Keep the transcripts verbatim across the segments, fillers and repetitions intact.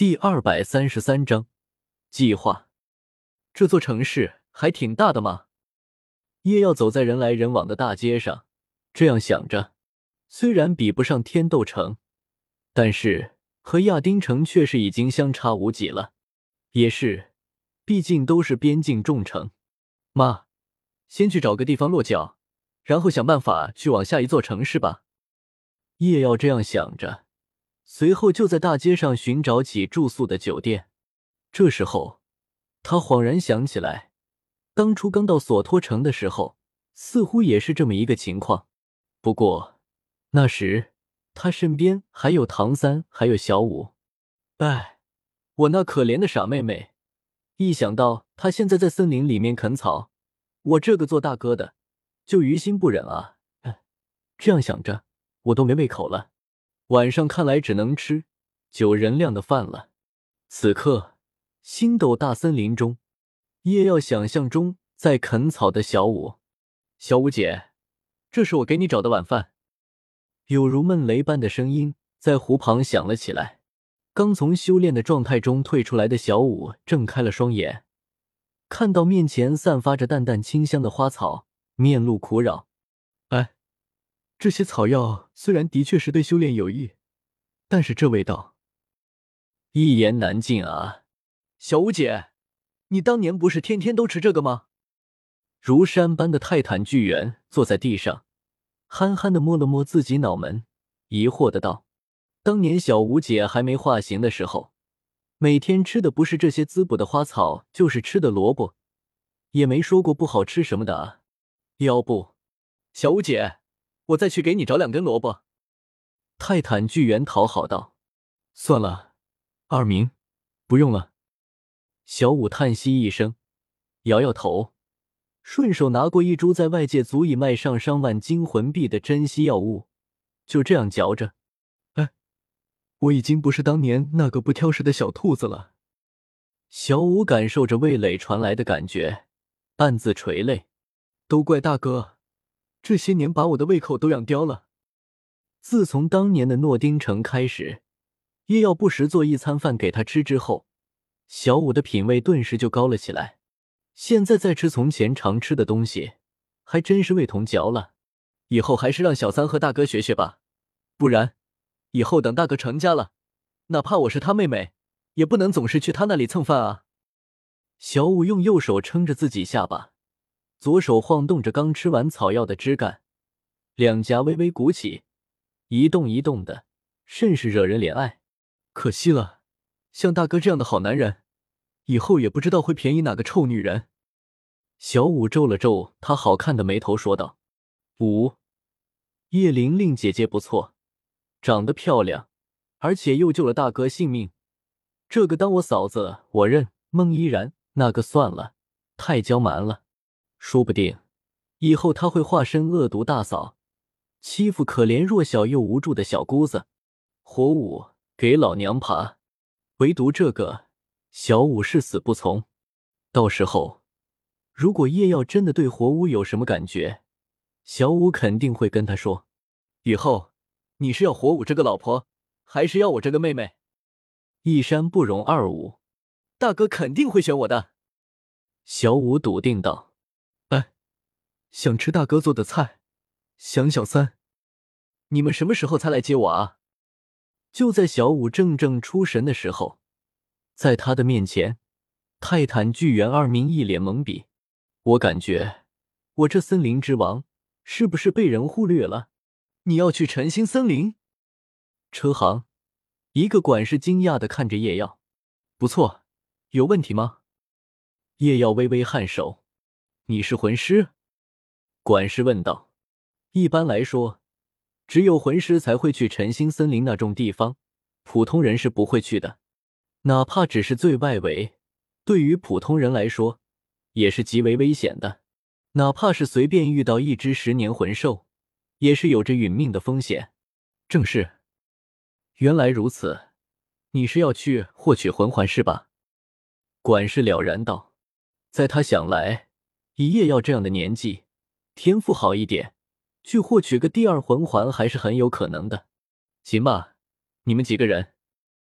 第二百三十三章计划。这座城市还挺大的嘛。叶耀走在人来人往的大街上，这样想着，虽然比不上天斗城，但是和亚丁城却是已经相差无几了。也是，毕竟都是边境重城。妈，先去找个地方落脚，然后想办法去往下一座城市吧。叶耀这样想着，随后就在大街上寻找起住宿的酒店。这时候他恍然想起来，当初刚到索托城的时候似乎也是这么一个情况，不过那时他身边还有唐三还有小舞。哎，我那可怜的傻妹妹，一想到她现在在森林里面啃草，我这个做大哥的就于心不忍啊。哎，这样想着我都没胃口了，晚上看来只能吃酒人酿的饭了。此刻星斗大森林中，叶耀想象中在啃草的小舞。小舞姐，这是我给你找的晚饭。有如闷雷般的声音在湖旁响了起来。刚从修炼的状态中退出来的小舞睁开了双眼，看到面前散发着淡淡清香的花草，面露苦扰。哎，这些草药虽然的确是对修炼有益，但是这味道一言难尽啊。小舞姐，你当年不是天天都吃这个吗？如山般的泰坦巨猿坐在地上，憨憨地摸了摸自己脑门，疑惑的道：当年小舞姐还没化形的时候，每天吃的不是这些滋补的花草，就是吃的萝卜，也没说过不好吃什么的啊。要不，小舞姐，我再去给你找两根萝卜。泰坦巨猿讨好道。算了，二明，不用了。小舞叹息一声，摇摇头，顺手拿过一株在外界足以卖上上万金魂币的珍稀药物，就这样嚼着。哎，我已经不是当年那个不挑食的小兔子了。小舞感受着味蕾传来的感觉，暗自垂泪。都怪大哥，这些年把我的胃口都养刁了。自从当年的诺丁城开始，叶耀不时做一餐饭给他吃之后，小舞的品味顿时就高了起来。现在再吃从前常吃的东西，还真是味同嚼蜡。以后还是让小三和大哥学学吧，不然以后等大哥成家了，哪怕我是他妹妹，也不能总是去他那里蹭饭啊。小舞用右手撑着自己下巴，左手晃动着刚吃完草药的枝干，两颊微微鼓起，一动一动的，甚是惹人怜爱。可惜了，像大哥这样的好男人，以后也不知道会便宜哪个臭女人。小舞皱了皱她好看的眉头说道。五，叶玲玲姐姐不错，长得漂亮，而且又救了大哥性命，这个当我嫂子我认。孟依然那个算了，太娇蛮了，说不定以后她会化身恶毒大嫂，欺负可怜弱小又无助的小姑子。火舞，给老娘爬！唯独这个小舞是死不从。到时候如果叶耀真的对火舞有什么感觉，小舞肯定会跟他说，以后你是要火舞这个老婆，还是要我这个妹妹？一山不容二舞，大哥肯定会选我的。小舞笃定道。哎，想吃大哥做的菜，想小三。你们什么时候才来接我啊？就在小舞怔怔出神的时候，在他的面前，泰坦巨猿二明一脸懵逼。我感觉我这森林之王是不是被人忽略了？你要去晨星森林？车行一个管事惊讶地看着叶耀。不错，有问题吗？叶耀微微颔首。你是魂师？管事问道。一般来说，只有魂师才会去晨星森林那种地方，普通人是不会去的。哪怕只是最外围，对于普通人来说也是极为危险的。哪怕是随便遇到一只十年魂兽，也是有着殒命的风险。正是。原来如此，你是要去获取魂环是吧？管事了然道。在他想来，以叶耀这样的年纪，天赋好一点，去获取个第二魂环还是很有可能的。行吧，你们几个人。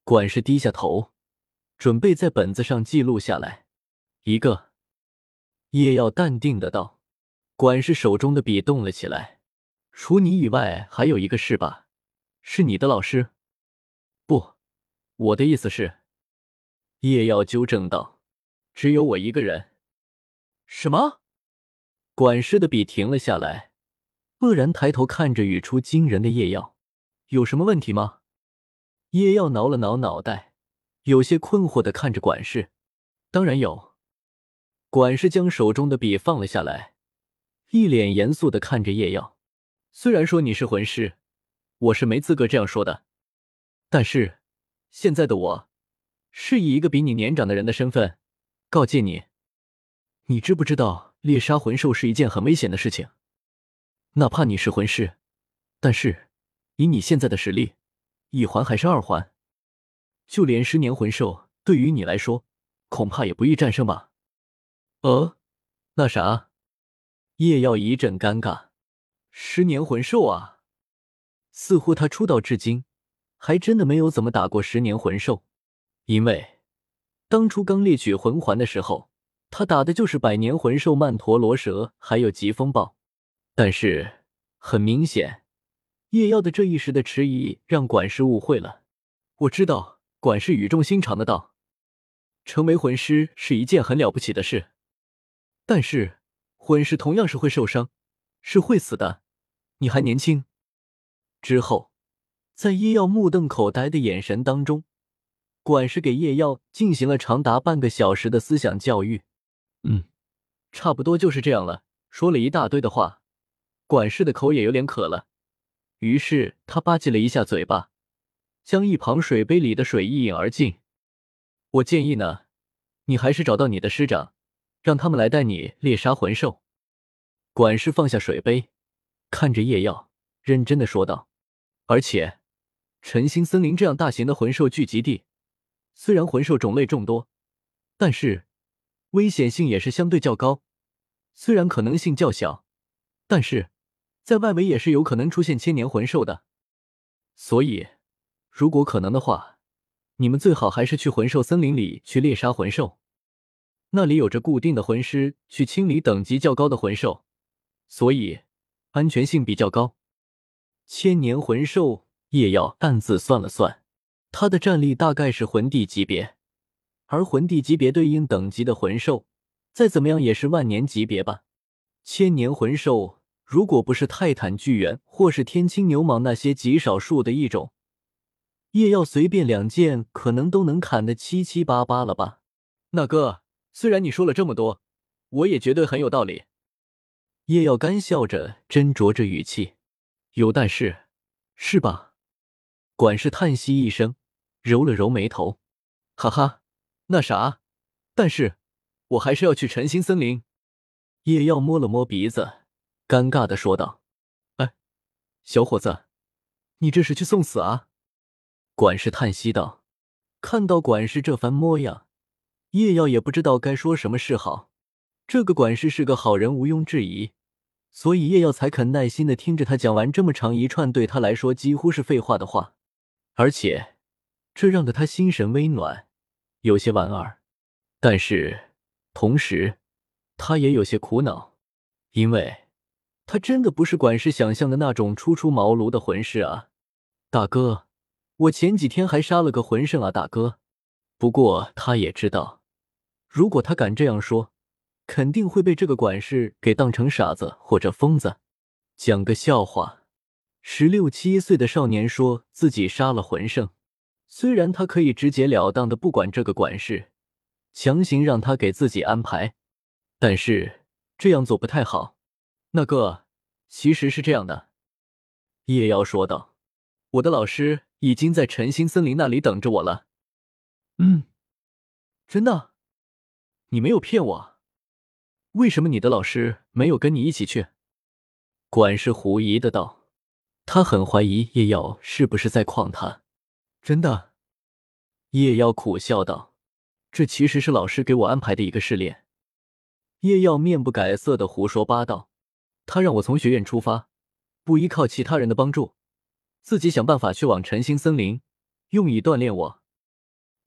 管事低下头，准备在本子上记录下来。一个。叶耀淡定的道。管事手中的笔动了起来。除你以外还有一个是吧？是你的老师？不，我的意思是。叶耀纠正道。只有我一个人。什么？管事的笔停了下来，愕然抬头看着语出惊人的叶耀。有什么问题吗？叶耀挠了挠脑袋，有些困惑地看着管事。当然有。管事将手中的笔放了下来，一脸严肃地看着叶耀。虽然说你是魂师，我是没资格这样说的，但是现在的我是以一个比你年长的人的身份告诫你，你知不知道猎杀魂兽是一件很危险的事情？哪怕你是魂师，但是以你现在的实力，一环还是二环，就连十年魂兽对于你来说恐怕也不易战胜吧。呃，那啥？叶耀一阵尴尬。十年魂兽啊，似乎他出道至今还真的没有怎么打过十年魂兽，因为当初刚猎取魂环的时候，他打的就是百年魂兽曼陀罗蛇还有疾风暴。但是很明显，叶耀的这一时的迟疑让管事误会了。我知道，管事语重心长的道，成为魂师是一件很了不起的事，但是魂师同样是会受伤，是会死的，你还年轻。之后在叶耀目瞪口呆的眼神当中，管事给叶耀进行了长达半个小时的思想教育。嗯，差不多就是这样了。说了一大堆的话，管事的口也有点渴了，于是他吧唧了一下嘴巴，将一旁水杯里的水一饮而尽。我建议呢，你还是找到你的师长，让他们来带你猎杀魂兽。管事放下水杯，看着叶耀，认真的说道。而且晨星森林这样大型的魂兽聚集地，虽然魂兽种类众多，但是危险性也是相对较高。虽然可能性较小，但是在外围也是有可能出现千年魂兽的。所以如果可能的话，你们最好还是去魂兽森林里去猎杀魂兽，那里有着固定的魂师去清理等级较高的魂兽，所以安全性比较高。千年魂兽，叶耀暗自算了算，他的战力大概是魂帝级别，而魂帝级别对应等级的魂兽再怎么样也是万年级别吧。千年魂兽如果不是泰坦巨猿或是天青牛蟒那些极少数的一种，叶耀随便两剑可能都能砍得七七八八了吧。那哥，虽然你说了这么多，我也觉得很有道理。叶耀干笑着斟酌着语气，有但是，是吧？管事叹息一声，揉了揉眉头，哈哈，那啥，但是我还是要去晨星森林。叶耀摸了摸鼻子，尴尬地说道：哎，小伙子，你这是去送死啊？管事叹息道。看到管事这番模样，叶耀也不知道该说什么是好。这个管事是个好人毋庸置疑，所以叶耀才肯耐心地听着他讲完这么长一串对他来说几乎是废话的话，而且这让得他心神微暖，有些莞尔。但是同时他也有些苦恼，因为他真的不是管事想象的那种初出茅庐的魂师啊。大哥，我前几天还杀了个魂圣啊，大哥。不过他也知道，如果他敢这样说，肯定会被这个管事给当成傻子或者疯子。讲个笑话，十六七岁的少年说自己杀了魂圣，虽然他可以直截了当的不管这个管事，强行让他给自己安排，但是这样做不太好。那个，其实是这样的，叶瑶说道，我的老师已经在晨星森林那里等着我了。嗯，真的？你没有骗我？为什么你的老师没有跟你一起去？管事狐疑的道，他很怀疑叶瑶是不是在诓他。真的？叶瑶苦笑道，这其实是老师给我安排的一个试炼。叶耀面不改色的胡说八道，他让我从学院出发，不依靠其他人的帮助，自己想办法去往晨星森林，用以锻炼我。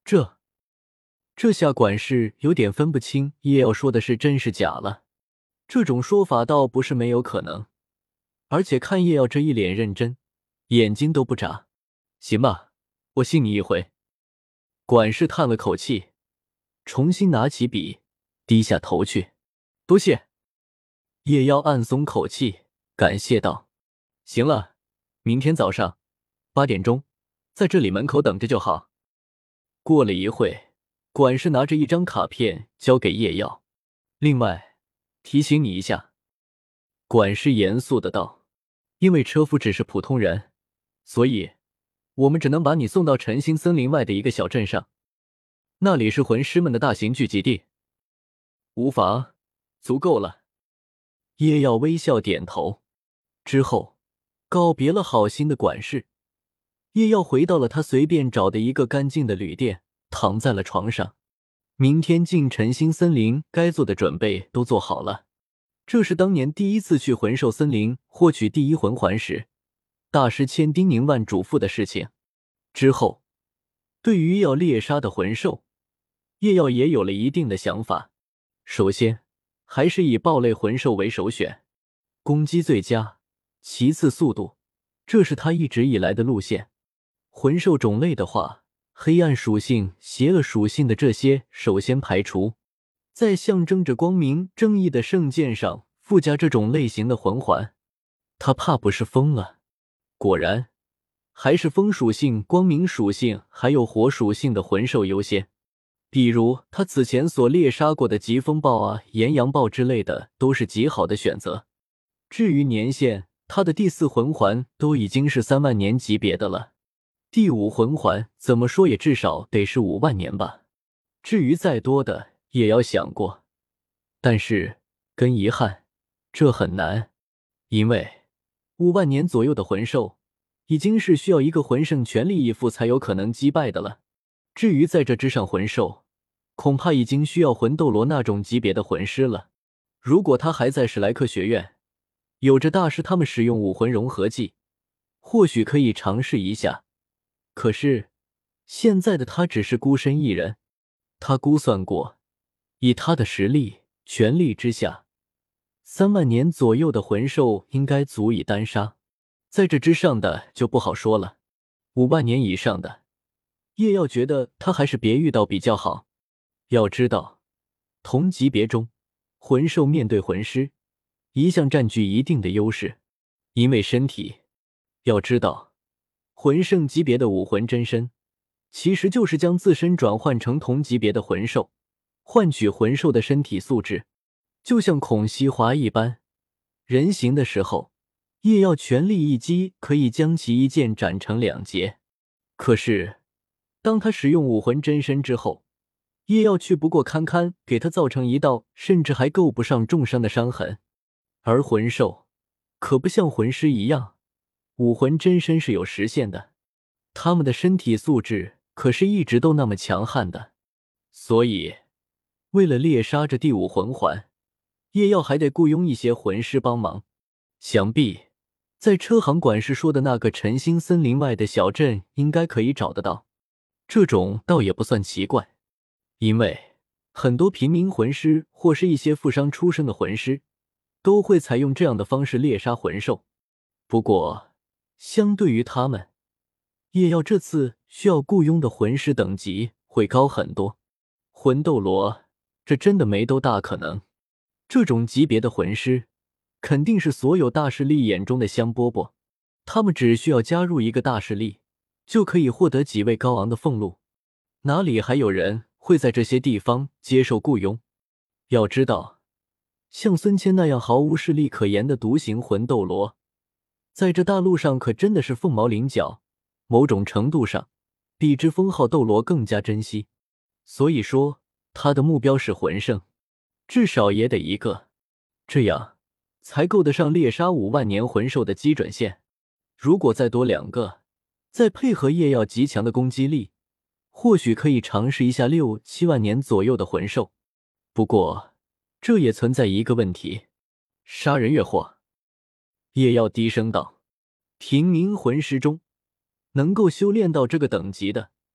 这这下管事有点分不清叶耀说的是真是假了。这种说法倒不是没有可能，而且看叶耀这一脸认真，眼睛都不眨。行吧，我信你一回。管事叹了口气，重新拿起笔，低下头去。多谢。叶耀暗松口气，感谢道：行了，明天早上八点钟在这里门口等着就好。过了一会，管事拿着一张卡片交给叶耀。另外提醒你一下，管事严肃的道，因为车夫只是普通人，所以我们只能把你送到晨星森林外的一个小镇上，那里是魂师们的大型聚集地。无妨，足够了。叶耀微笑点头，之后告别了好心的管事，叶耀回到了他随便找的一个干净的旅店，躺在了床上。明天进晨星森林该做的准备都做好了。这是当年第一次去魂兽森林获取第一魂环时，大师千叮咛万嘱咐的事情。之后，对于要猎杀的魂兽，叶耀也有了一定的想法。首先，还是以豹类魂兽为首选，攻击最佳，其次速度，这是他一直以来的路线。魂兽种类的话，黑暗属性、邪恶属性的这些首先排除，在象征着光明正义的圣剑上附加这种类型的魂环。他怕不是疯了。果然，还是风属性、光明属性还有火属性的魂兽优先。比如他此前所猎杀过的疾风豹啊、炎阳豹之类的都是极好的选择。至于年限，他的第四魂环都已经是三万年级别的了，第五魂环怎么说也至少得是五万年吧。至于再多的也要想过，但是跟遗憾，这很难，因为五万年左右的魂兽已经是需要一个魂圣全力以赴才有可能击败的了。至于在这之上魂兽，恐怕已经需要魂斗罗那种级别的魂师了。如果他还在史莱克学院，有着大师他们使用武魂融合技，或许可以尝试一下。可是现在的他只是孤身一人，他估算过，以他的实力，全力之下，三万年左右的魂兽应该足以单杀。在这之上的就不好说了，五万年以上的，叶耀觉得他还是别遇到比较好。要知道，同级别中，魂兽面对魂师，一向占据一定的优势，因为身体。要知道，魂圣级别的武魂真身，其实就是将自身转换成同级别的魂兽，换取魂兽的身体素质，就像孔西华一般。人形的时候，叶耀全力一击可以将其一剑斩成两截。可是，当他使用武魂真身之后，叶耀却不过堪堪给他造成一道甚至还够不上重伤的伤痕。而魂兽可不像魂师一样，武魂真身是有时限的，他们的身体素质可是一直都那么强悍的。所以为了猎杀这第五魂环，叶耀还得雇佣一些魂师帮忙。想必在车行管事说的那个晨星森林外的小镇应该可以找得到，这种倒也不算奇怪，因为很多平民魂师或是一些富商出身的魂师都会采用这样的方式猎杀魂兽。不过相对于他们，叶耀这次需要雇佣的魂师等级会高很多。魂斗罗这真的没多大可能，这种级别的魂师肯定是所有大势力眼中的香饽饽，他们只需要加入一个大势力，就可以获得几位高昂的俸禄，哪里还有人会在这些地方接受雇佣？要知道，像孙谦那样毫无势力可言的独行魂斗罗，在这大陆上可真的是凤毛麟角，某种程度上比之封号斗罗更加珍惜。所以说他的目标是魂圣，至少也得一个，这样才够得上猎杀五万年魂兽的基准线。如果再多两个，再配合叶耀极强的攻击力，或许可以尝试一下六七万年左右的魂兽。不过这也存在一个问题，杀人越货。叶耀低声道，平民魂师中能够修炼到这个等级的，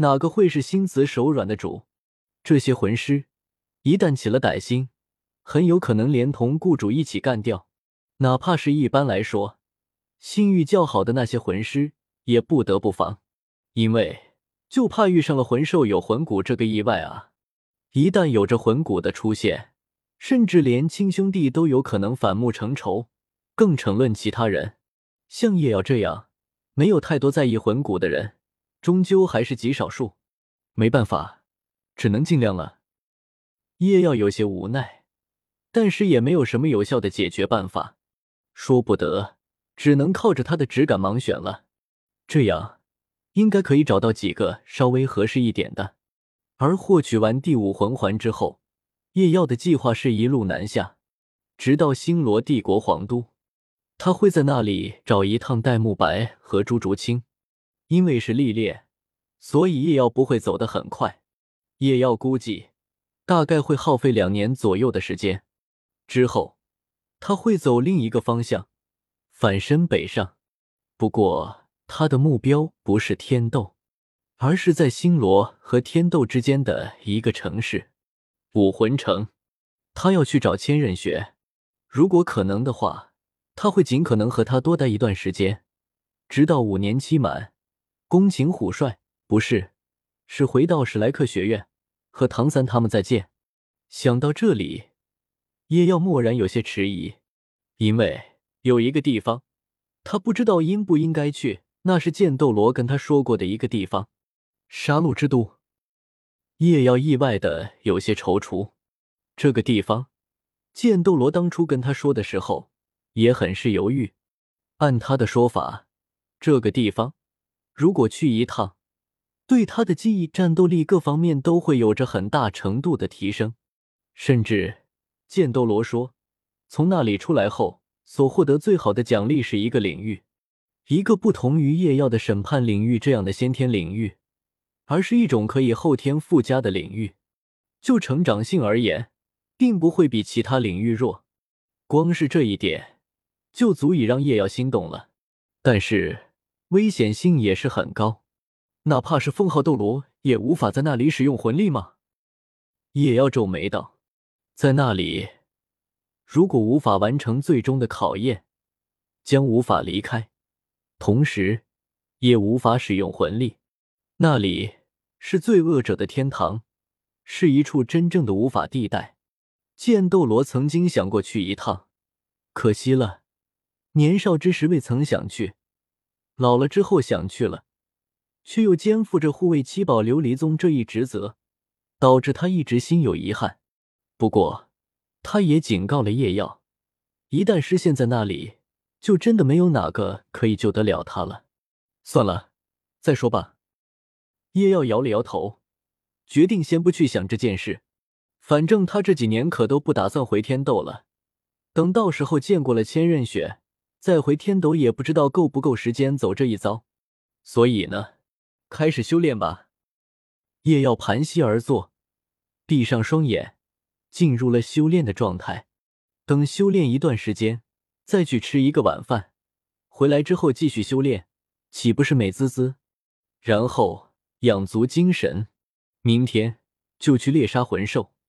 哪个会是心慈手软的主？这些魂师一旦起了歹心，很有可能连同雇主一起干掉。哪怕是一般来说，信誉较好的那些魂师也不得不防，因为就怕遇上了魂兽有魂骨这个意外啊！一旦有着魂骨的出现，甚至连亲兄弟都有可能反目成仇，更骋论其他人。像叶耀这样没有太多在意魂骨的人，终究还是极少数。没办法，只能尽量了。叶耀有些无奈，但是也没有什么有效的解决办法，说不得，只能靠着他的直感盲选了。这样应该可以找到几个稍微合适一点的。而获取完第五魂环之后，叶耀的计划是一路南下，直到星罗帝国皇都。他会在那里找一趟戴沐白和朱竹清。因为是历练，所以叶耀不会走得很快。叶耀估计大概会耗费两年左右的时间，之后他会走另一个方向，反身北上。不过他的目标不是天斗，而是在星罗和天斗之间的一个城市武魂城。他要去找千仞雪，如果可能的话，他会尽可能和他多待一段时间，直到五年期满。宫崎虎帅不是，是回到史莱克学院和唐三他们再见。想到这里，叶耀蓦然有些迟疑，因为有一个地方他不知道应不应该去，那是剑斗罗跟他说过的一个地方——杀戮之都。叶耀意外的有些踌躇，这个地方剑斗罗当初跟他说的时候也很是犹豫。按他的说法，这个地方如果去一趟，对他的记忆、战斗力各方面都会有着很大程度的提升。甚至剑斗罗说，从那里出来后所获得最好的奖励是一个领域，一个不同于夜耀的审判领域这样的先天领域，而是一种可以后天附加的领域。就成长性而言，并不会比其他领域弱，光是这一点就足以让叶耀心动了。但是危险性也是很高，哪怕是封号斗罗也无法在那里使用魂力吗？叶耀皱眉道，在那里如果无法完成最终的考验，将无法离开，同时也无法使用魂力。那里是罪恶者的天堂，是一处真正的无法地带。剑斗罗曾经想过去一趟，可惜了，年少之时未曾想去，老了之后想去了，却又肩负着护卫七宝琉璃宗这一职责，导致他一直心有遗憾。不过他也警告了叶耀，一旦失陷在那里，就真的没有哪个可以救得了他了。算了，再说吧。叶耀摇了摇头，决定先不去想这件事。反正他这几年可都不打算回天斗了，等到时候见过了千仞雪，再回天斗也不知道够不够时间走这一遭。所以呢，开始修炼吧。叶耀盘膝而坐，闭上双眼，进入了修炼的状态。等修炼一段时间，再去吃一个晚饭，回来之后继续修炼，岂不是美滋滋？然后养足精神，明天就去猎杀魂兽。